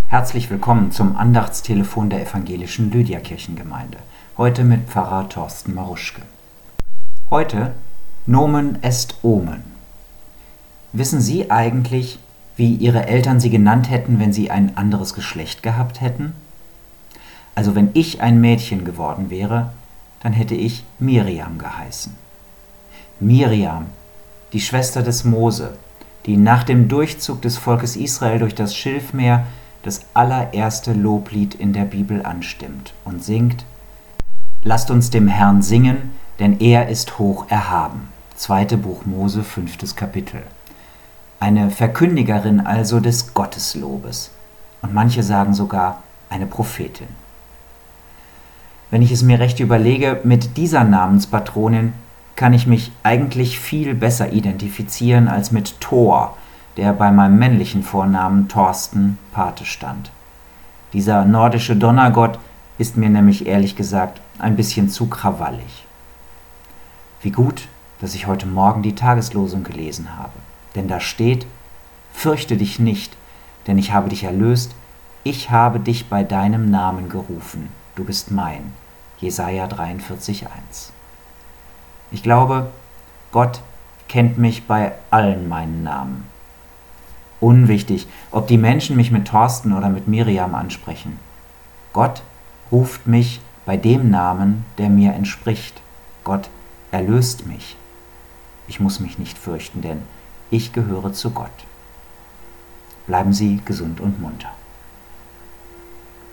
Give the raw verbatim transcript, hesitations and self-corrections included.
Herzlich willkommen zum Andachtstelefon der evangelischen Lydia-Kirchengemeinde. Heute mit Pfarrer Thorsten Maruschke. Heute Nomen est Omen. Wissen Sie eigentlich, wie Ihre Eltern Sie genannt hätten, wenn Sie ein anderes Geschlecht gehabt hätten? Also wenn ich ein Mädchen geworden wäre, dann hätte ich Miriam geheißen. Miriam, die Schwester des Mose, die nach dem Durchzug des Volkes Israel durch das Schilfmeer das allererste Loblied in der Bibel anstimmt und singt: Lasst uns dem Herrn singen, denn er ist hoch erhaben. Zweite Buch Mose, fünftes Kapitel. Eine Verkündigerin also des Gotteslobes. Und manche sagen sogar eine Prophetin. Wenn ich es mir recht überlege, mit dieser Namenspatronin kann ich mich eigentlich viel besser identifizieren als mit Thor, der bei meinem männlichen Vornamen Thorsten Pate stand. Dieser nordische Donnergott ist mir nämlich ehrlich gesagt ein bisschen zu krawallig. Wie gut, dass ich heute Morgen die Tageslosung gelesen habe. Denn da steht: Fürchte dich nicht, denn ich habe dich erlöst, ich habe dich bei deinem Namen gerufen, du bist mein. Jesaja dreiundvierzig, eins. Ich glaube, Gott kennt mich bei allen meinen Namen. Unwichtig, ob die Menschen mich mit Thorsten oder mit Miriam ansprechen. Gott ruft mich bei dem Namen, der mir entspricht. Gott erlöst mich. Ich muss mich nicht fürchten, denn ich gehöre zu Gott. Bleiben Sie gesund und munter.